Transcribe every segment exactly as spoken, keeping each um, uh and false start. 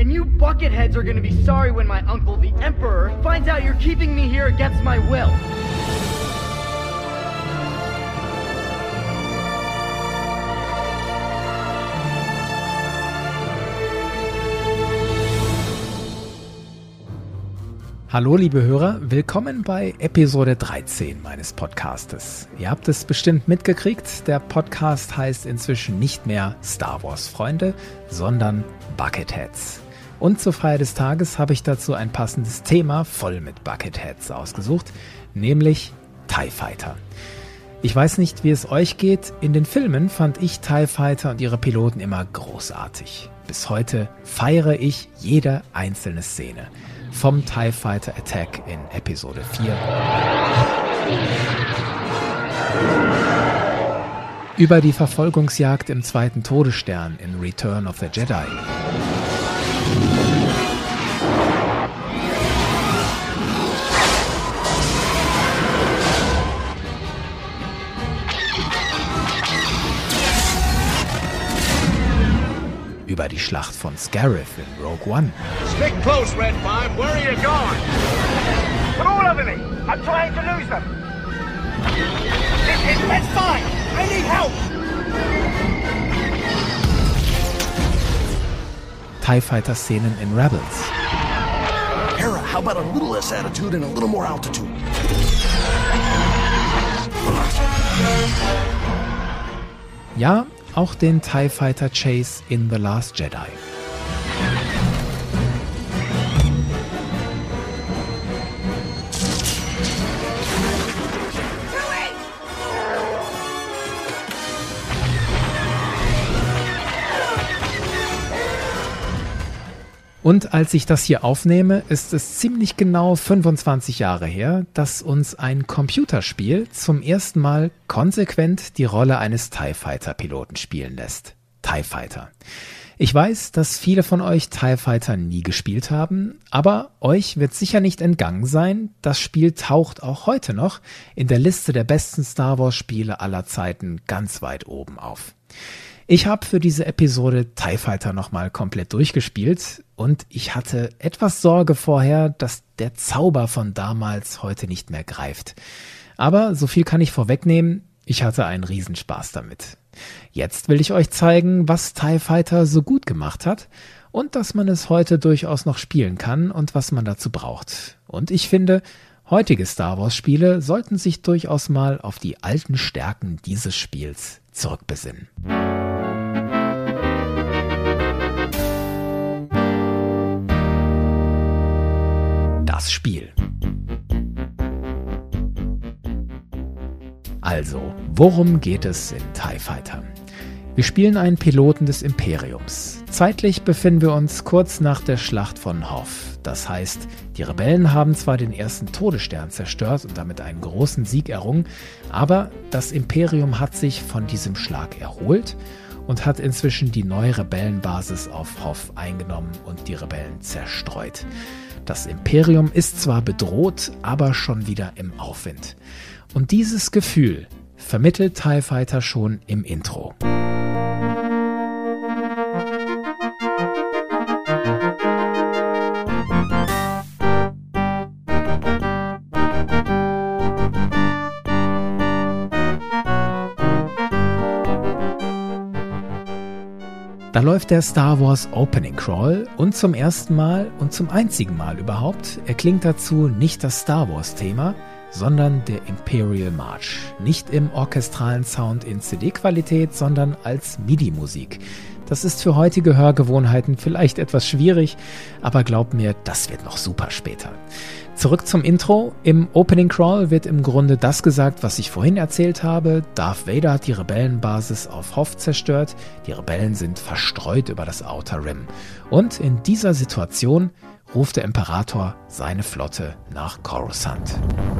And you bucketheads are gonna be sorry when my uncle, the Emperor, finds out you're keeping me here against my will. Hallo liebe Hörer, willkommen bei Episode dreizehn meines Podcastes. Ihr habt es bestimmt mitgekriegt, der Podcast heißt inzwischen nicht mehr Star Wars Freunde, sondern Bucketheads. Und zur Feier des Tages habe ich dazu ein passendes Thema voll mit Bucketheads ausgesucht, nämlich TIE Fighter. Ich weiß nicht, wie es euch geht, in den Filmen fand ich TIE Fighter und ihre Piloten immer großartig. Bis heute feiere ich jede einzelne Szene. Vom TIE Fighter Attack in Episode vier, über die Verfolgungsjagd im zweiten Todesstern in Return of the Jedi, über die Schlacht von Scarif in Rogue One. Stick close, Red Five. Where are you going? They're all over me. I'm trying to lose them. This is Red Five. I need help. TIE Fighter Szenen in Rebels. Hera, how about a little less attitude and a little more altitude? Ja, auch den TIE Fighter Chase in The Last Jedi. Und als ich das hier aufnehme, ist es ziemlich genau fünfundzwanzig Jahre her, dass uns ein Computerspiel zum ersten Mal konsequent die Rolle eines TIE Fighter Piloten spielen lässt. TIE Fighter. Ich weiß, dass viele von euch TIE Fighter nie gespielt haben, aber euch wird sicher nicht entgangen sein, das Spiel taucht auch heute noch in der Liste der besten Star Wars Spiele aller Zeiten ganz weit oben auf. Ich habe für diese Episode TIE Fighter nochmal komplett durchgespielt und ich hatte etwas Sorge vorher, dass der Zauber von damals heute nicht mehr greift. Aber so viel kann ich vorwegnehmen, ich hatte einen Riesenspaß damit. Jetzt will ich euch zeigen, was TIE Fighter so gut gemacht hat und dass man es heute durchaus noch spielen kann und was man dazu braucht. Und ich finde, heutige Star Wars Spiele sollten sich durchaus mal auf die alten Stärken dieses Spiels zurückbesinnen. Das Spiel. Also, worum geht es in TIE Fighter? Wir spielen einen Piloten des Imperiums. Zeitlich befinden wir uns kurz nach der Schlacht von Hoth. Das heißt, die Rebellen haben zwar den ersten Todesstern zerstört und damit einen großen Sieg errungen, aber das Imperium hat sich von diesem Schlag erholt und hat inzwischen die neue Rebellenbasis auf Hoth eingenommen und die Rebellen zerstreut. Das Imperium ist zwar bedroht, aber schon wieder im Aufwind. Und dieses Gefühl vermittelt TIE Fighter schon im Intro. Da läuft der Star Wars Opening Crawl und zum ersten Mal und zum einzigen Mal überhaupt erklingt dazu nicht das Star Wars Thema, sondern der Imperial March. Nicht im orchestralen Sound in C D-Qualität, sondern als MIDI-Musik. Das ist für heutige Hörgewohnheiten vielleicht etwas schwierig, aber glaubt mir, das wird noch super später. Zurück zum Intro. Im Opening Crawl wird im Grunde das gesagt, was ich vorhin erzählt habe. Darth Vader hat die Rebellenbasis auf Hoth zerstört. Die Rebellen sind verstreut über das Outer Rim. Und in dieser Situation ruft der Imperator seine Flotte nach Coruscant.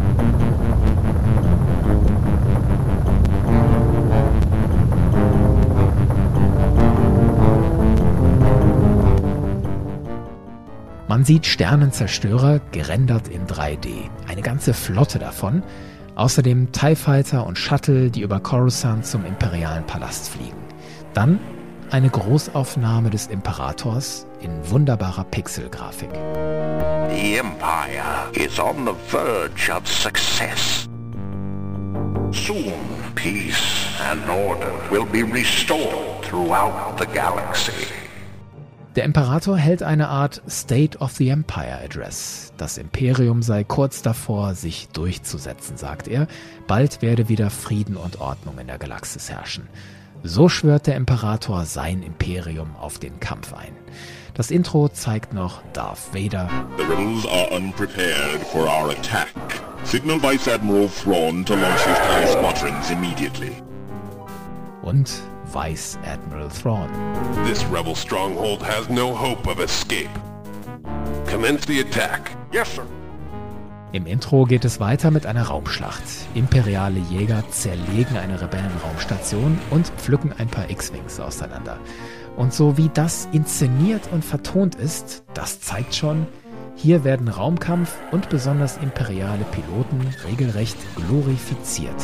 Man sieht Sternenzerstörer gerendert in drei D, eine ganze Flotte davon, außerdem TIE Fighter und Shuttle, die über Coruscant zum imperialen Palast fliegen. Dann eine Großaufnahme des Imperators in wunderbarer Pixelgrafik. The Empire is on the verge of success. Soon, peace and order will be restored throughout the galaxy. Der Imperator hält eine Art State of the Empire Address. Das Imperium sei kurz davor, sich durchzusetzen, sagt er. Bald werde wieder Frieden und Ordnung in der Galaxis herrschen. So schwört der Imperator sein Imperium auf den Kampf ein. Das Intro zeigt noch Darth Vader. The rebels are unprepared for our attack. Signal Vice Admiral Thrawn to launch his TIE squadrons immediately. Und Vice Admiral Thrawn. This rebel stronghold has no hope of escape. Commence the attack. Yes, sir. Im Intro geht es weiter mit einer Raumschlacht. Imperiale Jäger zerlegen eine Rebellenraumstation und pflücken ein paar X-Wings auseinander. Und so wie das inszeniert und vertont ist, das zeigt schon, hier werden Raumkampf und besonders imperiale Piloten regelrecht glorifiziert.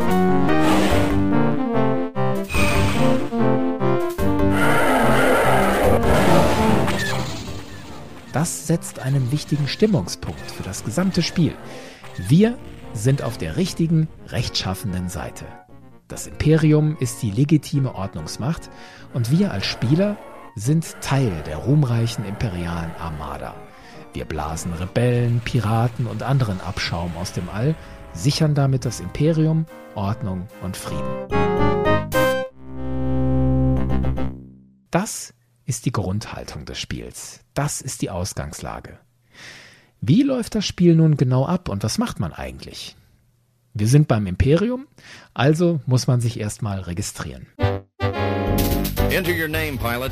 Das setzt einen wichtigen Stimmungspunkt für das gesamte Spiel. Wir sind auf der richtigen, rechtschaffenden Seite. Das Imperium ist die legitime Ordnungsmacht und wir als Spieler sind Teil der ruhmreichen imperialen Armada. Wir blasen Rebellen, Piraten und anderen Abschaum aus dem All, sichern damit das Imperium, Ordnung und Frieden. Das ist die Grundhaltung des Spiels. Das ist die Ausgangslage. Wie läuft das Spiel nun genau ab und was macht man eigentlich? Wir sind beim Imperium, also muss man sich erstmal registrieren. Enter your name, Pilot.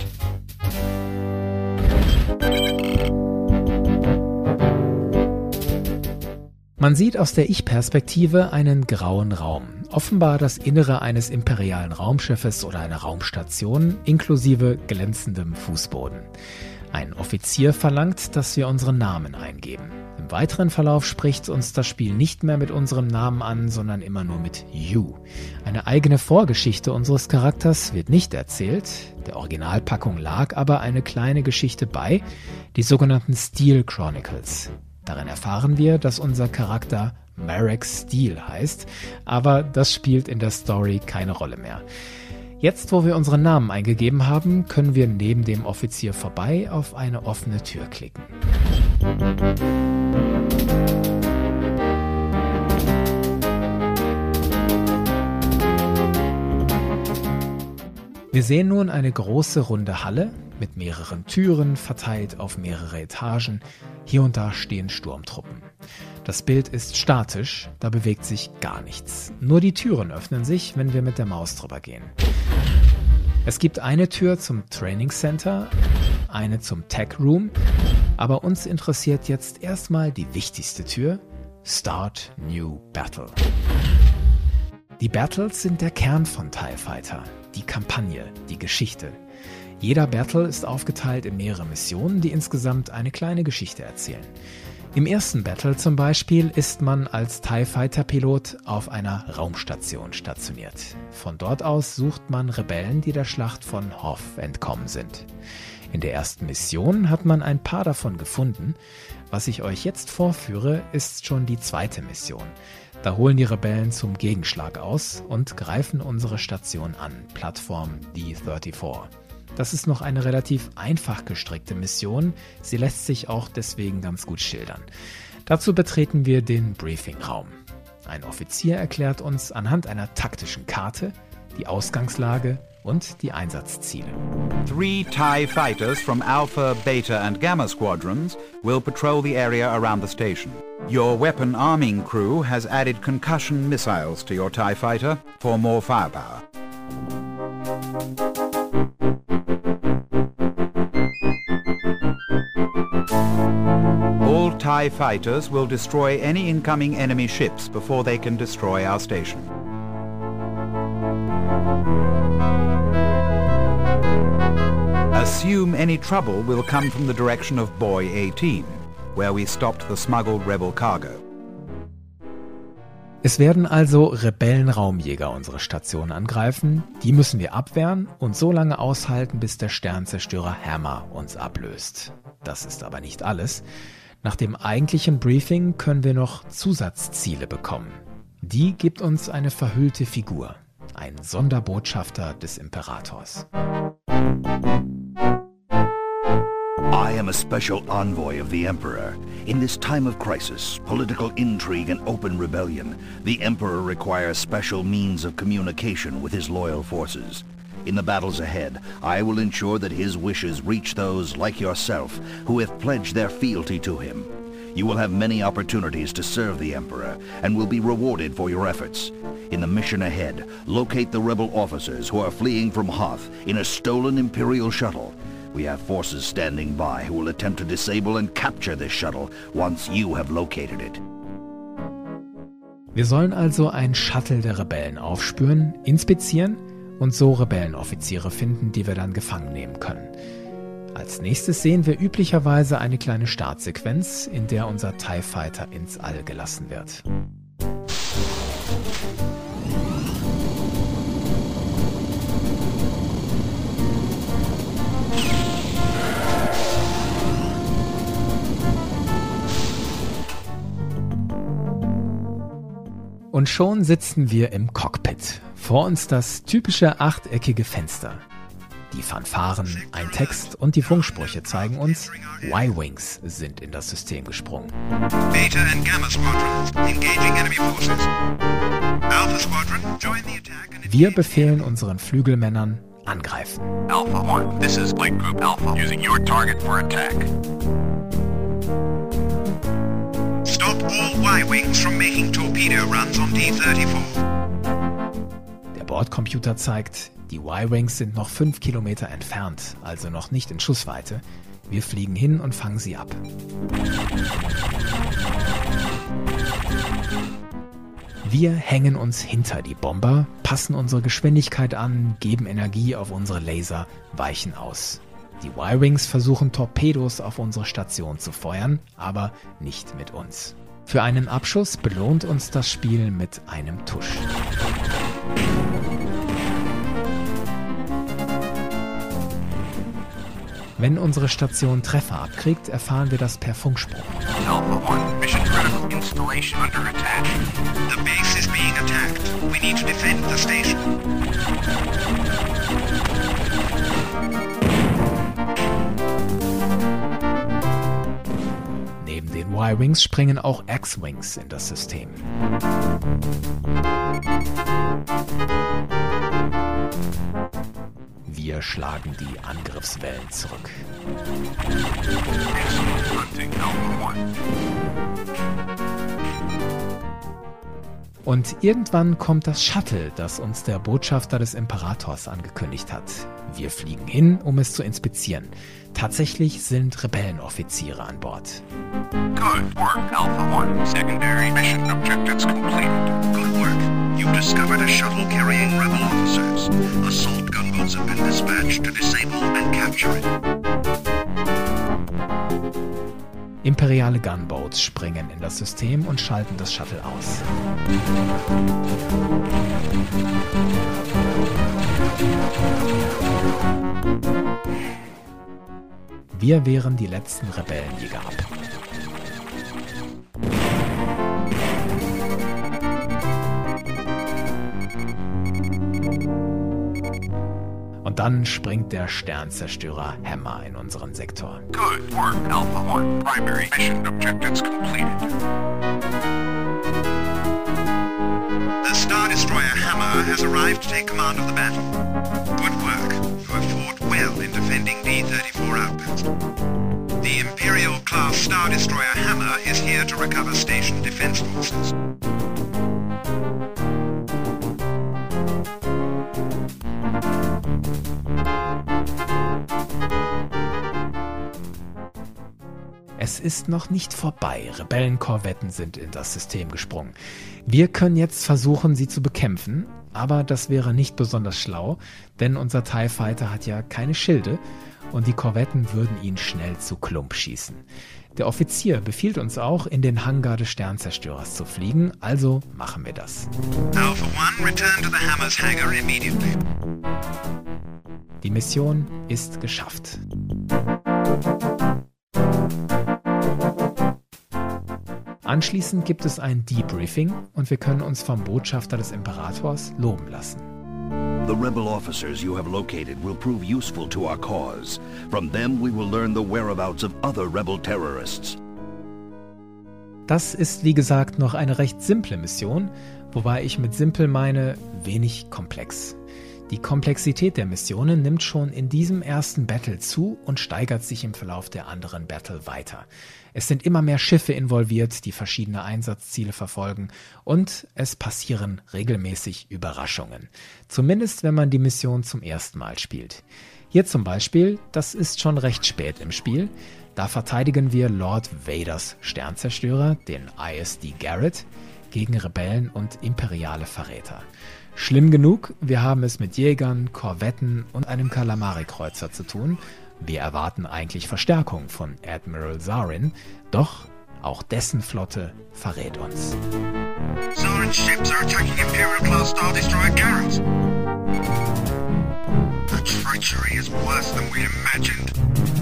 Man sieht aus der Ich-Perspektive einen grauen Raum. Offenbar das Innere eines imperialen Raumschiffes oder einer Raumstation, inklusive glänzendem Fußboden. Ein Offizier verlangt, dass wir unseren Namen eingeben. Im weiteren Verlauf spricht uns das Spiel nicht mehr mit unserem Namen an, sondern immer nur mit You. Eine eigene Vorgeschichte unseres Charakters wird nicht erzählt. Der Originalpackung lag aber eine kleine Geschichte bei, die sogenannten Steel Chronicles. Darin erfahren wir, dass unser Charakter Marek Steel heißt, aber das spielt in der Story keine Rolle mehr. Jetzt, wo wir unseren Namen eingegeben haben, können wir neben dem Offizier vorbei auf eine offene Tür klicken. Wir sehen nun eine große runde Halle mit mehreren Türen verteilt auf mehrere Etagen. Hier und da stehen Sturmtruppen. Das Bild ist statisch, da bewegt sich gar nichts. Nur die Türen öffnen sich, wenn wir mit der Maus drüber gehen. Es gibt eine Tür zum Training Center, eine zum Tech Room, aber uns interessiert jetzt erstmal die wichtigste Tür, Start New Battle. Die Battles sind der Kern von TIE Fighter, die Kampagne, die Geschichte. Jeder Battle ist aufgeteilt in mehrere Missionen, die insgesamt eine kleine Geschichte erzählen. Im ersten Battle zum Beispiel ist man als TIE Fighter Pilot auf einer Raumstation stationiert. Von dort aus sucht man Rebellen, die der Schlacht von Hoth entkommen sind. In der ersten Mission hat man ein paar davon gefunden. Was ich euch jetzt vorführe, ist schon die zweite Mission. Da holen die Rebellen zum Gegenschlag aus und greifen unsere Station an, Plattform D vierunddreißig. Das ist noch eine relativ einfach gestrickte Mission, sie lässt sich auch deswegen ganz gut schildern. Dazu betreten wir den Briefingraum. Ein Offizier erklärt uns anhand einer taktischen Karte die Ausgangslage und die Einsatzziele. Three TIE fighters from Alpha, Beta and Gamma squadrons will patrol the area around the station. Your weapon arming crew has added concussion missiles to your TIE fighter for more firepower. All TIE fighters will destroy any incoming enemy ships before they can destroy our station. Assume any trouble will come from the direction of Boy eighteen, where we stopped the smuggled rebel cargo. Es werden also Rebellenraumjäger unsere Station angreifen. Die müssen wir abwehren und so lange aushalten, bis der Sternzerstörer Hammer uns ablöst. Das ist aber nicht alles. Nach dem eigentlichen Briefing können wir noch Zusatzziele bekommen. Die gibt uns eine verhüllte Figur, ein Sonderbotschafter des Imperators. I am a special envoy of the Emperor. In this time of crisis, political intrigue and open rebellion, the Emperor requires special means of communication with his loyal forces. In the battles ahead, I will ensure that his wishes reach those like yourself who have pledged their fealty to him. You will have many opportunities to serve the Emperor and will be rewarded for your efforts. In the mission ahead, locate the rebel officers who are fleeing from Hoth in a stolen Imperial shuttle. We have forces standing by who will attempt to disable and capture this shuttle once you have located it. Wir sollen also ein Shuttle der Rebellen aufspüren, inspizieren und so Rebellenoffiziere finden, die wir dann gefangen nehmen können. Als nächstes sehen wir üblicherweise eine kleine Startsequenz, in der unser TIE Fighter ins All gelassen wird. Und schon sitzen wir im Cockpit. Vor uns das typische achteckige Fenster. Die Fanfaren, ein Text und die Funksprüche zeigen uns, Y-Wings sind in das System gesprungen. Beta and Gamma Squadrons engaging enemy forces. Alpha Squadron, join the attack and... Wir befehlen unseren Flügelmännern, angreifen. Alpha One, this is Light Group Alpha, using your target for attack. Stop all Y-Wings from making torpedo runs on D thirty-four. Der Bordcomputer zeigt, die Y-Wings sind noch fünf Kilometer entfernt, also noch nicht in Schussweite. Wir fliegen hin und fangen sie ab. Wir hängen uns hinter die Bomber, passen unsere Geschwindigkeit an, geben Energie auf unsere Laser, weichen aus. Die Y-Wings versuchen Torpedos auf unsere Station zu feuern, aber nicht mit uns. Für einen Abschuss belohnt uns das Spiel mit einem Tusch. Wenn unsere Station Treffer abkriegt, erfahren wir das per Funkspruch. Alpha One, mission critical installation under attack. The base is being attacked. We need to defend the station. Neben den Y-Wings springen auch X-Wings in das System. Wir schlagen die Angriffswellen zurück. Excellent hunting, Alpha One. Und irgendwann kommt das Shuttle, das uns der Botschafter des Imperators angekündigt hat. Wir fliegen hin, um es zu inspizieren. Tatsächlich sind Rebellenoffiziere an Bord. Good work, Alpha One. Secondary mission objectives completed. Good work. You've discovered a shuttle carrying rebel officers. Assault gunboats have been dispatched to disable and capture it. Imperiale Gunboats springen in das System und schalten das Shuttle aus. Wir wehren die letzten Rebellenjäger ab. Und dann springt der Sternzerstörer Hammer in unseren Sektor. Good work, Alpha One. Primary mission objectives completed. The Star Destroyer Hammer has arrived to take command of the battle. Good work. You have fought well in defending D thirty-four Outpost. The Imperial-class Star Destroyer Hammer is here to recover station defense forces. Es ist noch nicht vorbei. Rebellenkorvetten sind in das System gesprungen. Wir können jetzt versuchen, sie zu bekämpfen, aber das wäre nicht besonders schlau, denn unser TIE Fighter hat ja keine Schilde und die Korvetten würden ihn schnell zu Klump schießen. Der Offizier befiehlt uns auch, in den Hangar des Sternzerstörers zu fliegen, also machen wir das. Alpha One, return to the Hammer's hangar immediately. Die Mission ist geschafft. Anschließend gibt es ein Debriefing und wir können uns vom Botschafter des Imperators loben lassen. The rebel officers you have located will prove useful to our cause. From them we will learn the whereabouts of other rebel terrorists. Das ist, wie gesagt, noch eine recht simple Mission, wobei ich mit simpel meine wenig komplex. Die Komplexität der Missionen nimmt schon in diesem ersten Battle zu und steigert sich im Verlauf der anderen Battle weiter. Es sind immer mehr Schiffe involviert, die verschiedene Einsatzziele verfolgen und es passieren regelmäßig Überraschungen. Zumindest, wenn man die Mission zum ersten Mal spielt. Hier zum Beispiel, das ist schon recht spät im Spiel, da verteidigen wir Lord Vaders Sternzerstörer, den I S D Garrett, gegen Rebellen und imperiale Verräter. Schlimm genug, wir haben es mit Jägern, Korvetten und einem Kalamari-Kreuzer zu tun. Wir erwarten eigentlich Verstärkung von Admiral Zarin, doch auch dessen Flotte verrät uns. Zarin's ships are attacking Imperial-class Star Destroyer Garrett. The treachery is worse than we imagined.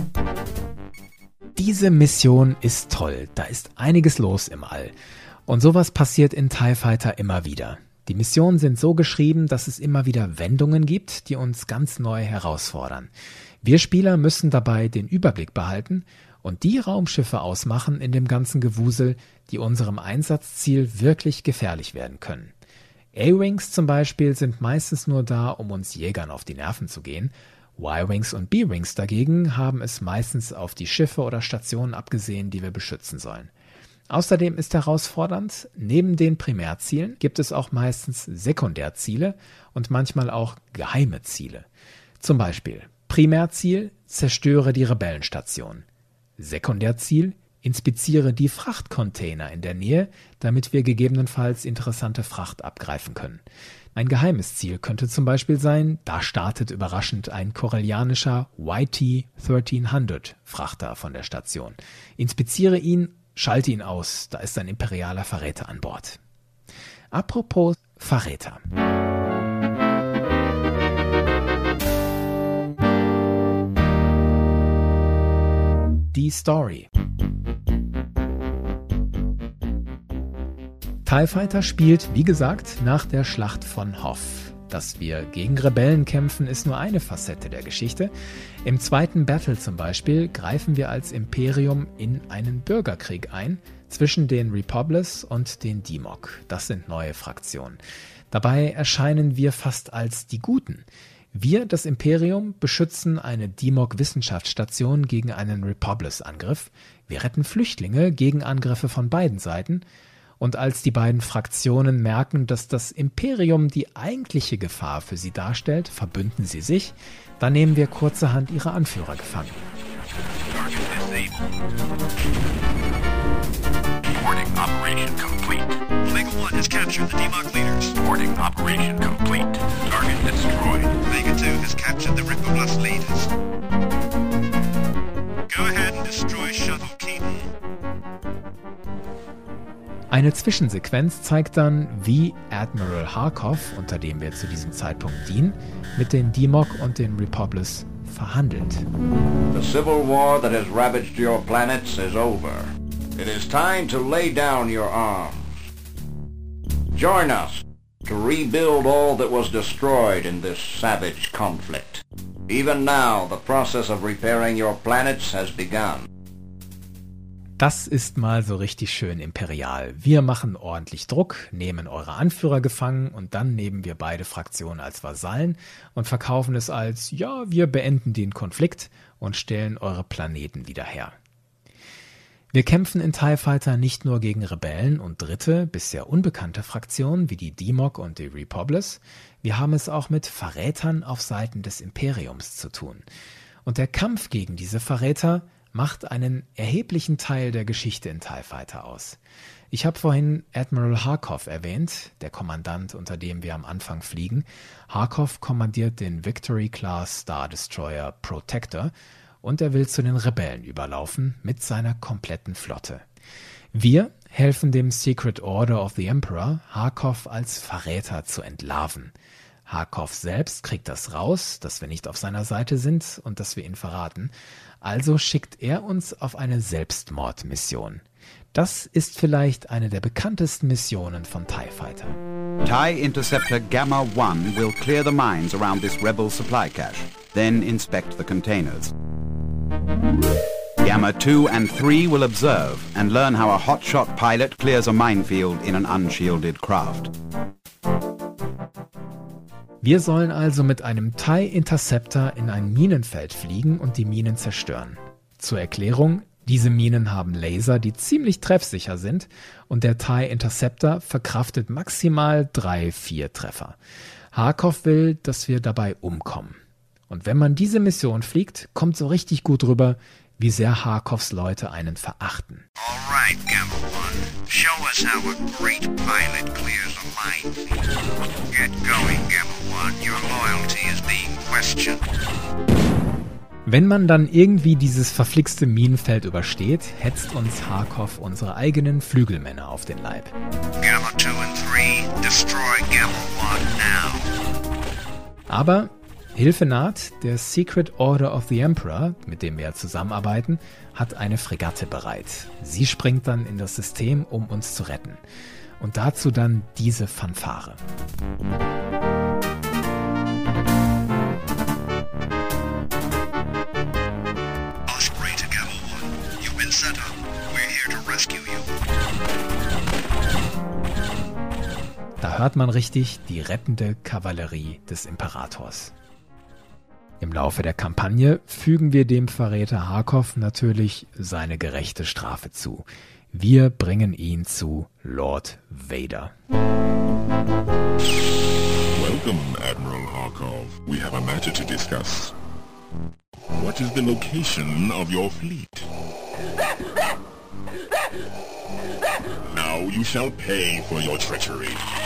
Diese Mission ist toll, da ist einiges los im All. Und sowas passiert in TIE Fighter immer wieder. Die Missionen sind so geschrieben, dass es immer wieder Wendungen gibt, die uns ganz neu herausfordern. Wir Spieler müssen dabei den Überblick behalten und die Raumschiffe ausmachen in dem ganzen Gewusel, die unserem Einsatzziel wirklich gefährlich werden können. A-Wings zum Beispiel sind meistens nur da, um uns Jägern auf die Nerven zu gehen. Y-Wings und B-Wings dagegen haben es meistens auf die Schiffe oder Stationen abgesehen, die wir beschützen sollen. Außerdem ist herausfordernd, neben den Primärzielen gibt es auch meistens Sekundärziele und manchmal auch geheime Ziele. Zum Beispiel Primärziel, zerstöre die Rebellenstation. Sekundärziel, inspiziere die Frachtcontainer in der Nähe, damit wir gegebenenfalls interessante Fracht abgreifen können. Ein geheimes Ziel könnte zum Beispiel sein, da startet überraschend ein korellianischer Y T dreizehn Frachter von der Station. Inspiziere ihn, schalte ihn aus, da ist ein imperialer Verräter an Bord. Apropos Verräter. Die Story. TIE Fighter spielt, wie gesagt, nach der Schlacht von Hoth. Dass wir gegen Rebellen kämpfen, ist nur eine Facette der Geschichte. Im zweiten Battle zum Beispiel greifen wir als Imperium in einen Bürgerkrieg ein zwischen den Republics und den D M O C. Das sind neue Fraktionen. Dabei erscheinen wir fast als die Guten. Wir, das Imperium, beschützen eine D M O C-Wissenschaftsstation gegen einen Republics-Angriff. Wir retten Flüchtlinge gegen Angriffe von beiden Seiten. Und als die beiden Fraktionen merken, dass das Imperium die eigentliche Gefahr für sie darstellt, verbünden sie sich. Dann nehmen wir kurzerhand ihre Anführer gefangen. Reporting operation complete. Omega One has captured the D M O C leaders. Reporting operation complete. Target destroyed. Omega Two has captured the Republic leaders. Go ahead and destroy Shuttle Keaton. Eine Zwischensequenz zeigt dann, wie Admiral Harkov, unter dem wir zu diesem Zeitpunkt dienen, mit den D M O C und den Republics verhandelt. The civil war that has ravaged your planets is over. It is time to lay down your arms. Join us to rebuild all that was destroyed in this savage conflict. Even now, the process of repairing your planets has begun. Das ist mal so richtig schön imperial. Wir machen ordentlich Druck, nehmen eure Anführer gefangen und dann nehmen wir beide Fraktionen als Vasallen und verkaufen es als, ja, wir beenden den Konflikt und stellen eure Planeten wieder her. Wir kämpfen in TIE Fighter nicht nur gegen Rebellen und dritte, bisher unbekannte Fraktionen wie die D M O C und die Republics, wir haben es auch mit Verrätern auf Seiten des Imperiums zu tun. Und der Kampf gegen diese Verräter macht einen erheblichen Teil der Geschichte in TIE Fighter aus. Ich habe vorhin Admiral Harkov erwähnt, der Kommandant, unter dem wir am Anfang fliegen. Harkov kommandiert den Victory-Class Star Destroyer Protector und er will zu den Rebellen überlaufen mit seiner kompletten Flotte. Wir helfen dem Secret Order of the Emperor, Harkov als Verräter zu entlarven. Harkov selbst kriegt das raus, dass wir nicht auf seiner Seite sind und dass wir ihn verraten. Also schickt er uns auf eine Selbstmordmission. Das ist vielleicht eine der bekanntesten Missionen von TIE Fighter. TIE Interceptor Gamma one will clear the mines around this rebel supply cache, then inspect the containers. Gamma two and three will observe and learn how a hotshot pilot clears a minefield in an unshielded craft. Wir sollen also mit einem TIE Interceptor in ein Minenfeld fliegen und die Minen zerstören. Zur Erklärung, diese Minen haben Laser, die ziemlich treffsicher sind und der TIE Interceptor verkraftet maximal drei, vier Treffer. Harkov will, dass wir dabei umkommen. Und wenn man diese Mission fliegt, kommt so richtig gut rüber, wie sehr Harkovs Leute einen verachten. All right, Gamma one. Show us how a great pilot clears a minefield. Get going, Gamma one. Your loyalty is being questioned. Wenn man dann irgendwie dieses verflixte Minenfeld übersteht, hetzt uns Harkov unsere eigenen Flügelmänner auf den Leib. Gamma two and three, destroy Gamma one now. Aber Hilfe naht, der Secret Order of the Emperor, mit dem wir zusammenarbeiten, hat eine Fregatte bereit. Sie springt dann in das System, um uns zu retten. Und dazu dann diese Fanfare. Osprey to Gamma one. You've been set up. We're here to rescue you. Da hört man richtig die rettende Kavallerie des Imperators. Im Laufe der Kampagne fügen wir dem Verräter Harkov natürlich seine gerechte Strafe zu. Wir bringen ihn zu Lord Vader. Welcome, Admiral Harkov. We have a matter to discuss. What is the location of your fleet? Now you shall pay for your treachery.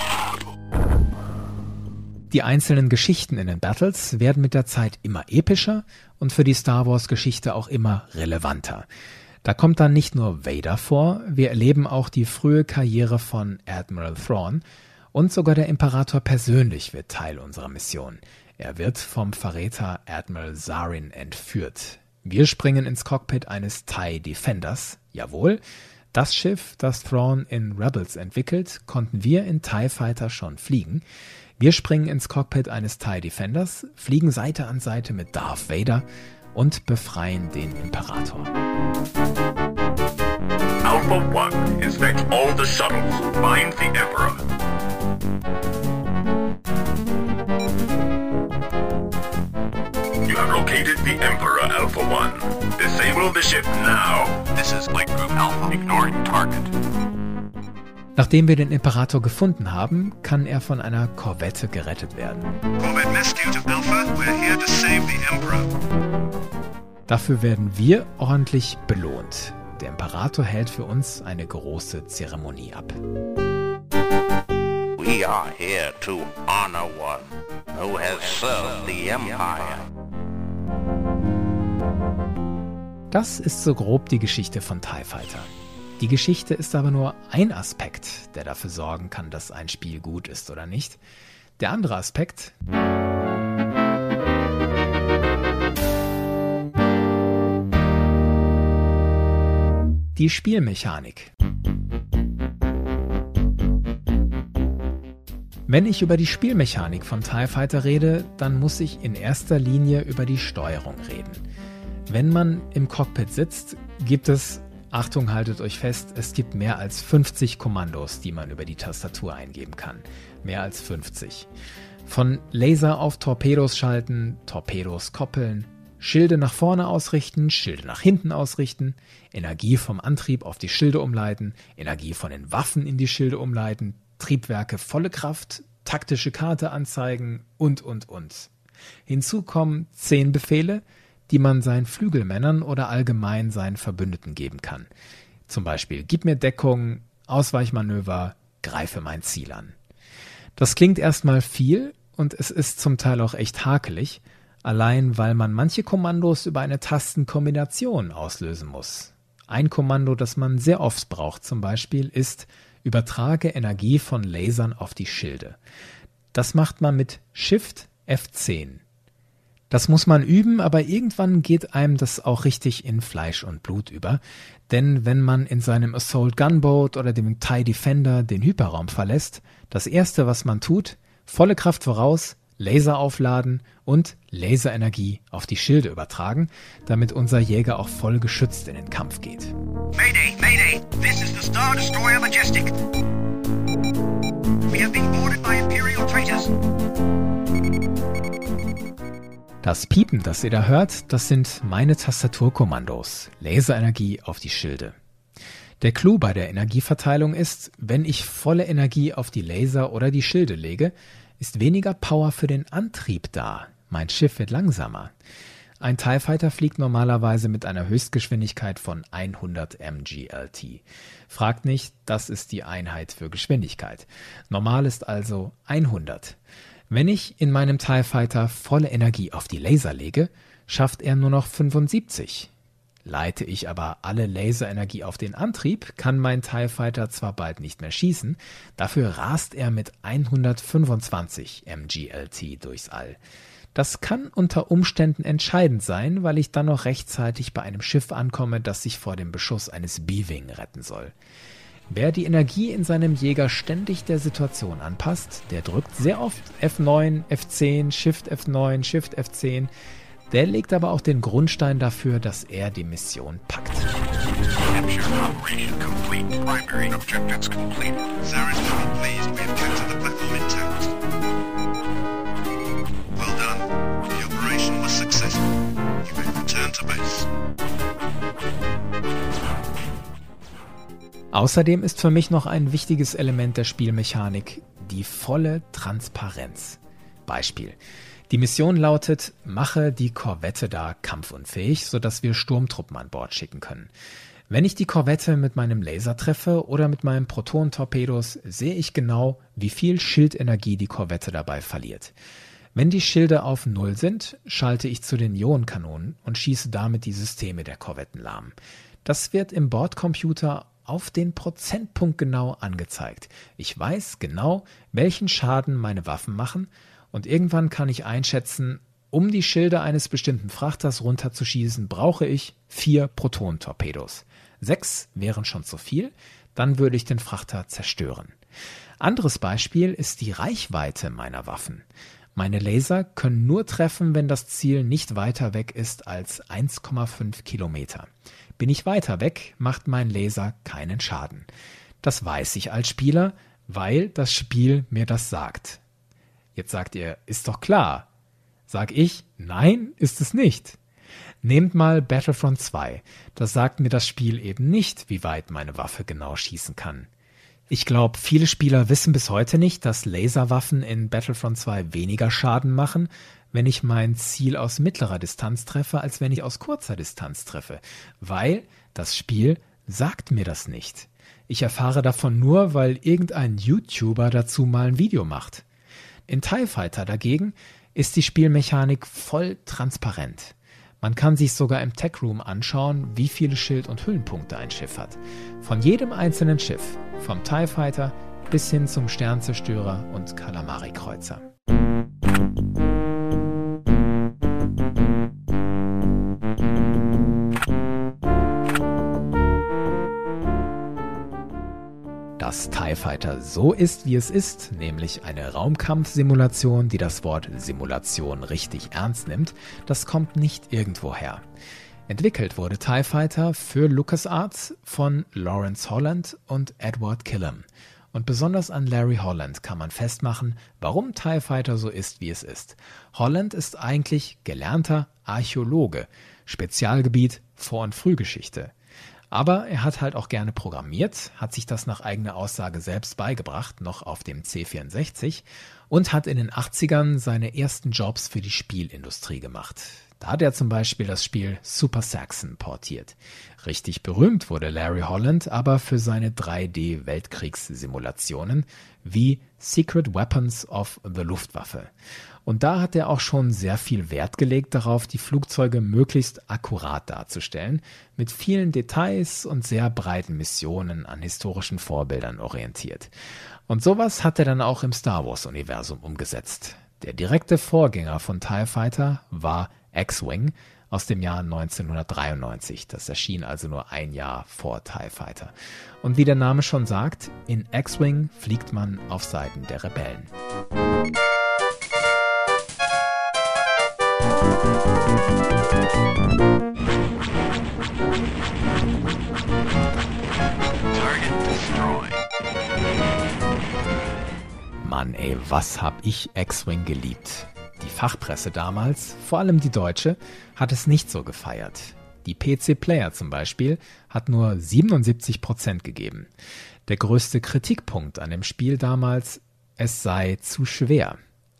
Die einzelnen Geschichten in den Battles werden mit der Zeit immer epischer und für die Star Wars-Geschichte auch immer relevanter. Da kommt dann nicht nur Vader vor, wir erleben auch die frühe Karriere von Admiral Thrawn und sogar der Imperator persönlich wird Teil unserer Mission. Er wird vom Verräter Admiral Zarin entführt. Wir springen ins Cockpit eines TIE Defenders, jawohl. Das Schiff, das Thrawn in Rebels entwickelt, konnten wir in TIE Fighter schon fliegen. Wir springen ins Cockpit eines TIE Defenders, fliegen Seite an Seite mit Darth Vader und befreien den Imperator. Alpha one, inspect all the shuttles. Find the Emperor. You have located the Emperor, Alpha one. Disable the ship now. This is Flight Group Alpha. Ignoring target. Nachdem wir den Imperator gefunden haben, kann er von einer Korvette gerettet werden. Corvette Rescue to Alpha. We're here to save the Emperor. Dafür werden wir ordentlich belohnt. Der Imperator hält für uns eine große Zeremonie ab. We are here to honor one who has served the Empire. Das ist so grob die Geschichte von TIE Fighter. Die Geschichte ist aber nur ein Aspekt, der dafür sorgen kann, dass ein Spiel gut ist oder nicht. Der andere Aspekt: die Spielmechanik. Wenn ich über die Spielmechanik von TIE Fighter rede, dann muss ich in erster Linie über die Steuerung reden. Wenn man im Cockpit sitzt, gibt es, Achtung, haltet euch fest, es gibt mehr als fünfzig Kommandos, die man über die Tastatur eingeben kann. Mehr als fünfzig. Von Laser auf Torpedos schalten, Torpedos koppeln, Schilde nach vorne ausrichten, Schilde nach hinten ausrichten, Energie vom Antrieb auf die Schilde umleiten, Energie von den Waffen in die Schilde umleiten, Triebwerke volle Kraft, taktische Karte anzeigen und, und, und. Hinzu kommen zehn Befehle, die man seinen Flügelmännern oder allgemein seinen Verbündeten geben kann. Zum Beispiel, gib mir Deckung, Ausweichmanöver, greife mein Ziel an. Das klingt erstmal viel und es ist zum Teil auch echt hakelig, Allein weil man manche Kommandos über eine Tastenkombination auslösen muss. Ein Kommando, das man sehr oft braucht zum Beispiel, ist Übertrage Energie von Lasern auf die Schilde. Das macht man mit Shift F zehn. Das muss man üben, aber irgendwann geht einem das auch richtig in Fleisch und Blut über. Denn wenn man in seinem Assault Gunboat oder dem TIE Defender den Hyperraum verlässt, das erste, was man tut, volle Kraft voraus, Laser aufladen und Laserenergie auf die Schilde übertragen, damit unser Jäger auch voll geschützt in den Kampf geht. Mayday, Mayday! This is the Star Destroyer Majestic. We have been boarded by Imperial traitors. Das Piepen, das ihr da hört, das sind meine Tastaturkommandos. Laserenergie auf die Schilde. Der Clou bei der Energieverteilung ist, wenn ich volle Energie auf die Laser oder die Schilde lege, ist weniger Power für den Antrieb da. Mein Schiff wird langsamer. Ein TIE Fighter fliegt normalerweise mit einer Höchstgeschwindigkeit von hundert Meter pro Sekunde. Fragt nicht, das ist die Einheit für Geschwindigkeit. Normal ist also hundert. Wenn ich in meinem TIE Fighter volle Energie auf die Laser lege, schafft er nur noch fünfundsiebzig. Leite ich aber alle Laserenergie auf den Antrieb, kann mein TIE Fighter zwar bald nicht mehr schießen, dafür rast er mit hundertfünfundzwanzig Meter pro Sekunde durchs All. Das kann unter Umständen entscheidend sein, weil ich dann noch rechtzeitig bei einem Schiff ankomme, das sich vor dem Beschuss eines B-Wing retten soll. Wer die Energie in seinem Jäger ständig der Situation anpasst, der drückt sehr oft F neun, F zehn, Shift F neun, Shift F zehn. Der legt aber auch den Grundstein dafür, dass er die Mission packt. Capture operation complete. Primary objectives completed. Zarin is not pleased we have captured the platform intact. Well done. The operation was successful. You may return to base. Außerdem ist für mich noch ein wichtiges Element der Spielmechanik die volle Transparenz. Beispiel. Die Mission lautet, mache die Korvette da kampfunfähig, sodass wir Sturmtruppen an Bord schicken können. Wenn ich die Korvette mit meinem Laser treffe oder mit meinen Proton-Torpedos, sehe ich genau, wie viel Schildenergie die Korvette dabei verliert. Wenn die Schilde auf Null sind, schalte ich zu den Ionenkanonen und schieße damit die Systeme der Korvetten lahm. Das wird im Bordcomputer auf den Prozentpunkt genau angezeigt. Ich weiß genau, welchen Schaden meine Waffen machen und irgendwann kann ich einschätzen, um die Schilde eines bestimmten Frachters runterzuschießen, brauche ich vier Proton-Torpedos. Sechs wären schon zu viel, dann würde ich den Frachter zerstören. Anderes Beispiel ist die Reichweite meiner Waffen. Meine Laser können nur treffen, wenn das Ziel nicht weiter weg ist als eins Komma fünf Kilometer. Bin ich weiter weg, macht mein Laser keinen Schaden. Das weiß ich als Spieler, weil das Spiel mir das sagt. Jetzt sagt ihr, ist doch klar. Sag ich, nein, ist es nicht. Nehmt mal Battlefront zwei. Das sagt mir das Spiel eben nicht, wie weit meine Waffe genau schießen kann. Ich glaube, viele Spieler wissen bis heute nicht, dass Laserwaffen in Battlefront zwei weniger Schaden machen, wenn ich mein Ziel aus mittlerer Distanz treffe, als wenn ich aus kurzer Distanz treffe. Weil das Spiel sagt mir das nicht. Ich erfahre davon nur, weil irgendein YouTuber dazu mal ein Video macht. In TIE Fighter dagegen ist die Spielmechanik voll transparent. Man kann sich sogar im Tech Room anschauen, wie viele Schild- und Hüllenpunkte ein Schiff hat. Von jedem einzelnen Schiff, vom TIE Fighter bis hin zum Sternzerstörer und Kalamari-Kreuzer. Dass TIE Fighter so ist, wie es ist, nämlich eine Raumkampfsimulation, die das Wort Simulation richtig ernst nimmt, das kommt nicht irgendwoher. Entwickelt wurde TIE Fighter für LucasArts von Lawrence Holland und Edward Killam. Und besonders an Larry Holland kann man festmachen, warum TIE Fighter so ist, wie es ist. Holland ist eigentlich gelernter Archäologe, Spezialgebiet Vor- und Frühgeschichte. Aber er hat halt auch gerne programmiert, hat sich das nach eigener Aussage selbst beigebracht, noch auf dem C vierundsechzig, und hat in den achtzigern seine ersten Jobs für die Spielindustrie gemacht. Da hat er zum Beispiel das Spiel Super Saxon portiert. Richtig berühmt wurde Larry Holland aber für seine drei D-Weltkriegssimulationen wie Secret Weapons of the Luftwaffe. Und da hat er auch schon sehr viel Wert gelegt darauf, die Flugzeuge möglichst akkurat darzustellen, mit vielen Details und sehr breiten Missionen an historischen Vorbildern orientiert. Und sowas hat er dann auch im Star Wars-Universum umgesetzt. Der direkte Vorgänger von TIE Fighter war X-Wing aus dem Jahr neunzehnhundertdreiundneunzig. Das erschien also nur ein Jahr vor TIE Fighter. Und wie der Name schon sagt, in X-Wing fliegt man auf Seiten der Rebellen. Mann ey, was hab ich X-Wing geliebt. Die Fachpresse damals, vor allem die deutsche, hat es nicht so gefeiert. Die P C Player zum Beispiel hat nur siebenundsiebzig Prozent gegeben. Der größte Kritikpunkt an dem Spiel damals, es sei zu schwer.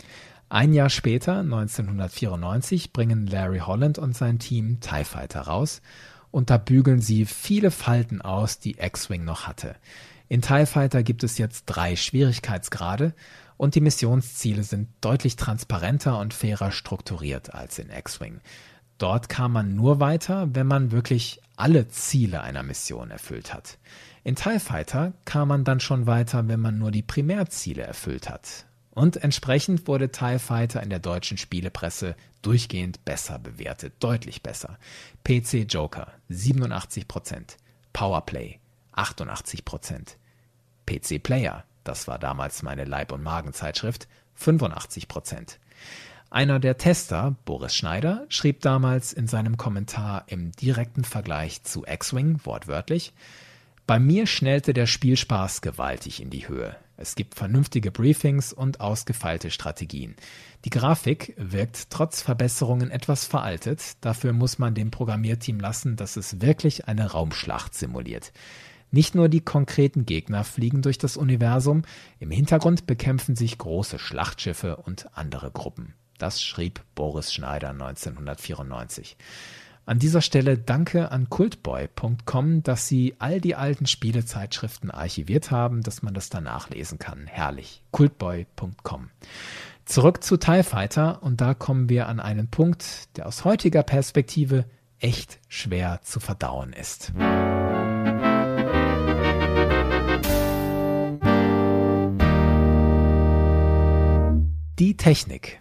Ein Jahr später, neunzehnhundertvierundneunzig, bringen Larry Holland und sein Team TIE Fighter raus und da bügeln sie viele Falten aus, die X-Wing noch hatte. In TIE Fighter gibt es jetzt drei Schwierigkeitsgrade und die Missionsziele sind deutlich transparenter und fairer strukturiert als in X-Wing. Dort kam man nur weiter, wenn man wirklich alle Ziele einer Mission erfüllt hat. In TIE Fighter kam man dann schon weiter, wenn man nur die Primärziele erfüllt hat. Und entsprechend wurde TIE Fighter in der deutschen Spielepresse durchgehend besser bewertet, deutlich besser. P C Joker siebenundachtzig Prozent, Powerplay achtundachtzig Prozent, P C Player, das war damals meine Leib- und Magenzeitschrift, fünfundachtzig Prozent. Einer der Tester, Boris Schneider, schrieb damals in seinem Kommentar im direkten Vergleich zu X-Wing wortwörtlich: Bei mir schnellte der Spielspaß gewaltig in die Höhe. Es gibt vernünftige Briefings und ausgefeilte Strategien. Die Grafik wirkt trotz Verbesserungen etwas veraltet. Dafür muss man dem Programmierteam lassen, dass es wirklich eine Raumschlacht simuliert. Nicht nur die konkreten Gegner fliegen durch das Universum, im Hintergrund bekämpfen sich große Schlachtschiffe und andere Gruppen. Das schrieb Boris Schneider neunzehnhundertvierundneunzig. An dieser Stelle danke an cultboy punkt com, dass sie all die alten Spielezeitschriften archiviert haben, dass man das danach lesen kann. Herrlich. cultboy punkt com. Zurück zu TIE Fighter und da kommen wir an einen Punkt, der aus heutiger Perspektive echt schwer zu verdauen ist. Die Technik.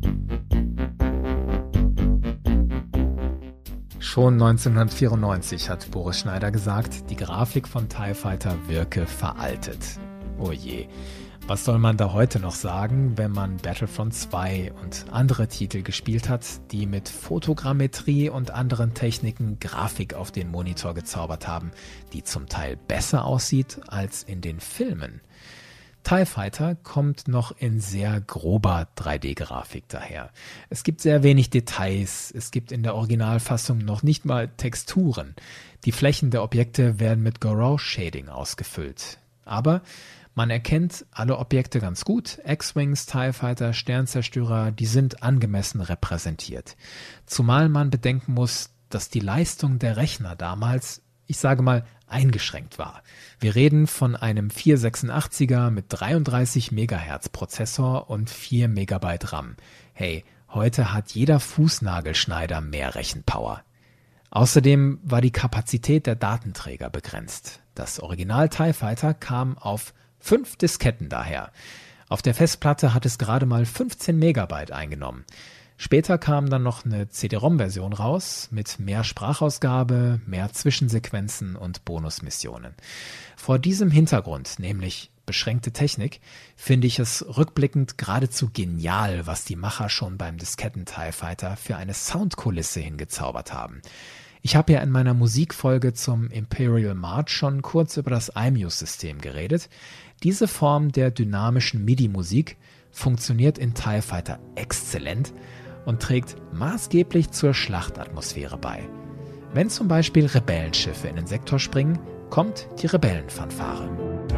Schon neunzehnhundertvierundneunzig hat Boris Schneider gesagt, die Grafik von TIE Fighter wirke veraltet. Oh je, was soll man da heute noch sagen, wenn man Battlefront zwei und andere Titel gespielt hat, die mit Fotogrammetrie und anderen Techniken Grafik auf den Monitor gezaubert haben, die zum Teil besser aussieht als in den Filmen. TIE Fighter kommt noch in sehr grober drei D-Grafik daher. Es gibt sehr wenig Details, es gibt in der Originalfassung noch nicht mal Texturen. Die Flächen der Objekte werden mit Gouraud Shading ausgefüllt. Aber man erkennt alle Objekte ganz gut. X-Wings, TIE Fighter, Sternzerstörer, die sind angemessen repräsentiert. Zumal man bedenken muss, dass die Leistung der Rechner damals, ich sage mal, eingeschränkt war. Wir reden von einem vierhundertsechsundachtziger mit dreiunddreißig Megahertz Prozessor und vier Megabyte RAM. Hey, heute hat jeder Fußnagelschneider mehr Rechenpower. Außerdem war die Kapazität der Datenträger begrenzt. Das Original TIE Fighter kam auf fünf Disketten daher. Auf der Festplatte hat es gerade mal fünfzehn Megabyte eingenommen. Später kam dann noch eine C D-ROM-Version raus mit mehr Sprachausgabe, mehr Zwischensequenzen und Bonusmissionen. Vor diesem Hintergrund, nämlich beschränkte Technik, finde ich es rückblickend geradezu genial, was die Macher schon beim Disketten-TIE Fighter für eine Soundkulisse hingezaubert haben. Ich habe ja in meiner Musikfolge zum Imperial March schon kurz über das I M U S-System geredet. Diese Form der dynamischen MIDI-Musik funktioniert in TIE Fighter exzellent und trägt maßgeblich zur Schlachtatmosphäre bei. Wenn zum Beispiel Rebellenschiffe in den Sektor springen, kommt die Rebellenfanfare.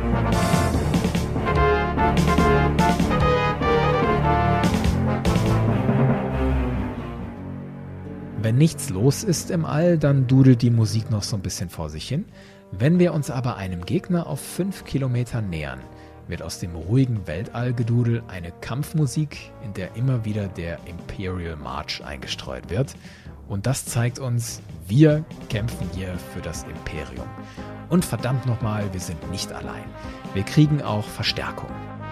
Wenn nichts los ist im All, dann dudelt die Musik noch so ein bisschen vor sich hin. Wenn wir uns aber einem Gegner auf fünf Kilometern nähern, wird aus dem ruhigen Weltallgedudel eine Kampfmusik, in der immer wieder der Imperial March eingestreut wird. Und das zeigt uns, wir kämpfen hier für das Imperium. Und verdammt nochmal, wir sind nicht allein. Wir kriegen auch Verstärkung.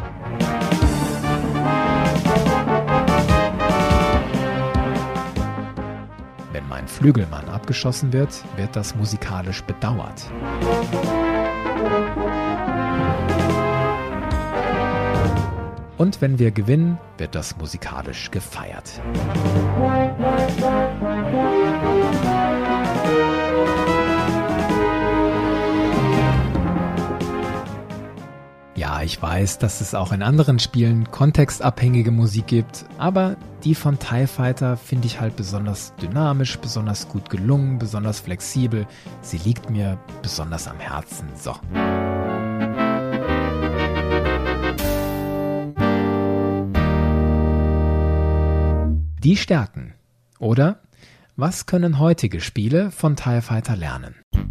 Wenn mein Flügelmann abgeschossen wird, wird das musikalisch bedauert. Und wenn wir gewinnen, wird das musikalisch gefeiert. Ja, ich weiß, dass es auch in anderen Spielen kontextabhängige Musik gibt, aber die von TIE Fighter finde ich halt besonders dynamisch, besonders gut gelungen, besonders flexibel. Sie liegt mir besonders am Herzen. So. Die Stärken. Oder was können heutige Spiele von TIE Fighter lernen?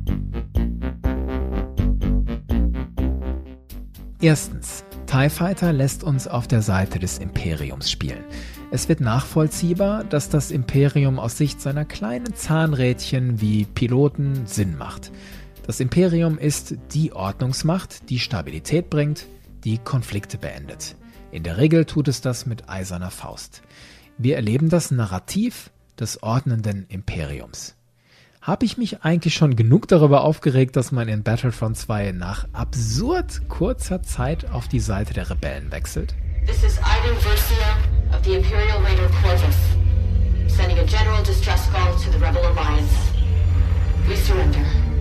Erstens. TIE Fighter lässt uns auf der Seite des Imperiums spielen. Es wird nachvollziehbar, dass das Imperium aus Sicht seiner kleinen Zahnrädchen wie Piloten Sinn macht. Das Imperium ist die Ordnungsmacht, die Stabilität bringt, die Konflikte beendet. In der Regel tut es das mit eiserner Faust. Wir erleben das Narrativ des ordnenden Imperiums. Habe ich mich eigentlich schon genug darüber aufgeregt, dass man in Battlefront zwei nach absurd kurzer Zeit auf die Seite der Rebellen wechselt? This is Iden Versio of the Imperial Raider Corvus, sending a general distress call to the Rebel Alliance. We surrender.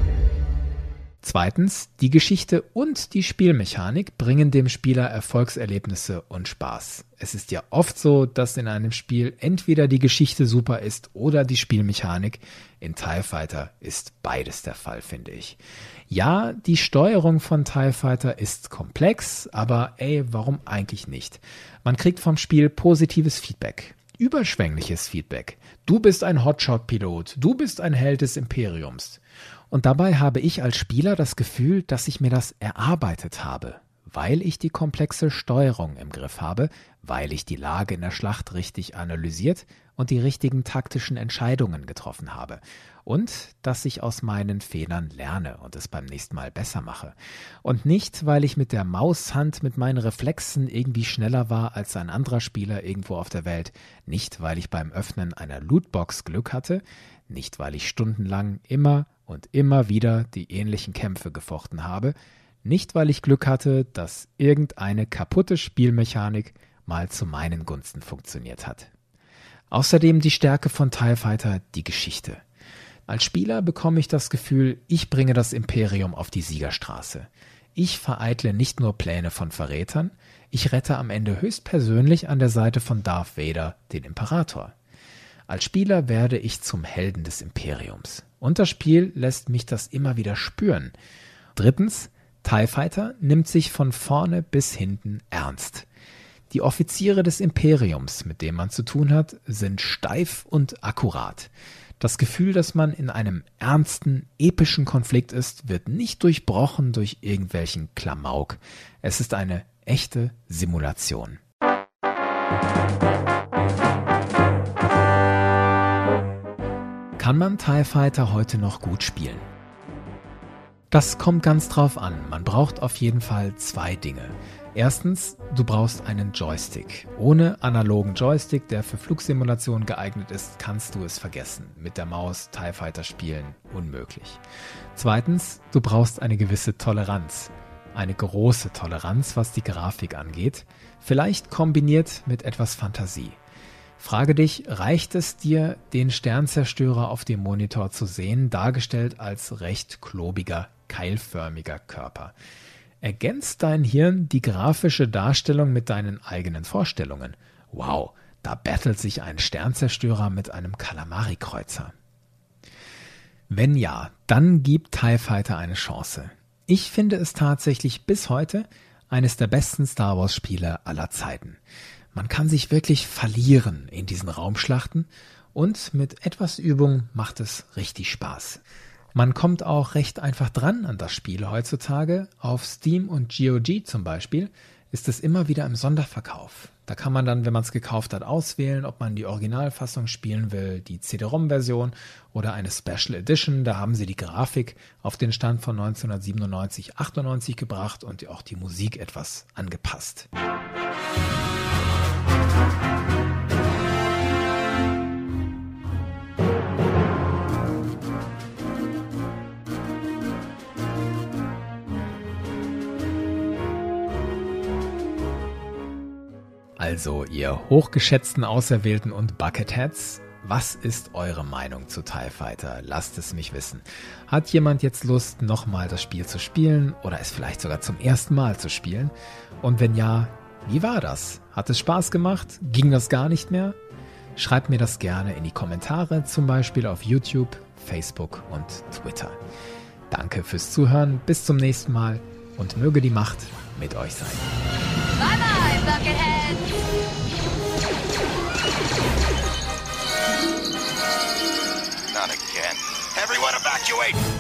Zweitens, die Geschichte und die Spielmechanik bringen dem Spieler Erfolgserlebnisse und Spaß. Es ist ja oft so, dass in einem Spiel entweder die Geschichte super ist oder die Spielmechanik. In TIE Fighter ist beides der Fall, finde ich. Ja, die Steuerung von TIE Fighter ist komplex, aber ey, warum eigentlich nicht? Man kriegt vom Spiel positives Feedback, überschwängliches Feedback. Du bist ein Hotshot-Pilot, du bist ein Held des Imperiums. Und dabei habe ich als Spieler das Gefühl, dass ich mir das erarbeitet habe, weil ich die komplexe Steuerung im Griff habe, weil ich die Lage in der Schlacht richtig analysiert und die richtigen taktischen Entscheidungen getroffen habe. Und dass ich aus meinen Fehlern lerne und es beim nächsten Mal besser mache. Und nicht, weil ich mit der Maushand mit meinen Reflexen irgendwie schneller war als ein anderer Spieler irgendwo auf der Welt. Nicht, weil ich beim Öffnen einer Lootbox Glück hatte. Nicht, weil ich stundenlang immer und immer wieder die ähnlichen Kämpfe gefochten habe. Nicht, weil ich Glück hatte, dass irgendeine kaputte Spielmechanik mal zu meinen Gunsten funktioniert hat. Außerdem die Stärke von TIE Fighter, die Geschichte. Als Spieler bekomme ich das Gefühl, ich bringe das Imperium auf die Siegerstraße. Ich vereitle nicht nur Pläne von Verrätern, ich rette am Ende höchstpersönlich an der Seite von Darth Vader den Imperator. Als Spieler werde ich zum Helden des Imperiums. Und das Spiel lässt mich das immer wieder spüren. Drittens, TIE Fighter nimmt sich von vorne bis hinten ernst. Die Offiziere des Imperiums, mit denen man zu tun hat, sind steif und akkurat. Das Gefühl, dass man in einem ernsten, epischen Konflikt ist, wird nicht durchbrochen durch irgendwelchen Klamauk. Es ist eine echte Simulation. Kann man TIE Fighter heute noch gut spielen? Das kommt ganz drauf an. Man braucht auf jeden Fall zwei Dinge. Erstens, du brauchst einen Joystick. Ohne analogen Joystick, der für Flugsimulationen geeignet ist, kannst du es vergessen. Mit der Maus TIE Fighter spielen, unmöglich. Zweitens, du brauchst eine gewisse Toleranz. Eine große Toleranz, was die Grafik angeht. Vielleicht kombiniert mit etwas Fantasie. Frage dich, reicht es dir, den Sternzerstörer auf dem Monitor zu sehen, dargestellt als recht klobiger, keilförmiger Körper? Ergänzt dein Hirn die grafische Darstellung mit deinen eigenen Vorstellungen? Wow, da battelt sich ein Sternzerstörer mit einem Kalamari-Kreuzer. Wenn ja, dann gibt TIE Fighter eine Chance. Ich finde es tatsächlich bis heute eines der besten Star Wars Spiele aller Zeiten. Man kann sich wirklich verlieren in diesen Raumschlachten und mit etwas Übung macht es richtig Spaß. Man kommt auch recht einfach dran an das Spiel heutzutage. Auf Steam und G O G zum Beispiel ist es immer wieder im Sonderverkauf. Da kann man dann, wenn man es gekauft hat, auswählen, ob man die Originalfassung spielen will, die C D-ROM-Version oder eine Special Edition. Da haben sie die Grafik auf den Stand von neunzehnhundertsiebenundneunzig achtundneunzig gebracht und auch die Musik etwas angepasst. Also, ihr hochgeschätzten Auserwählten und Bucketheads, was ist eure Meinung zu TIE Fighter? Lasst es mich wissen. Hat jemand jetzt Lust, nochmal das Spiel zu spielen oder es vielleicht sogar zum ersten Mal zu spielen? Und wenn ja, wie war das? Hat es Spaß gemacht? Ging das gar nicht mehr? Schreibt mir das gerne in die Kommentare, zum Beispiel auf YouTube, Facebook und Twitter. Danke fürs Zuhören, bis zum nächsten Mal und möge die Macht mit euch sein. Bye bye, Buckethead! Not again. Everyone evacuate!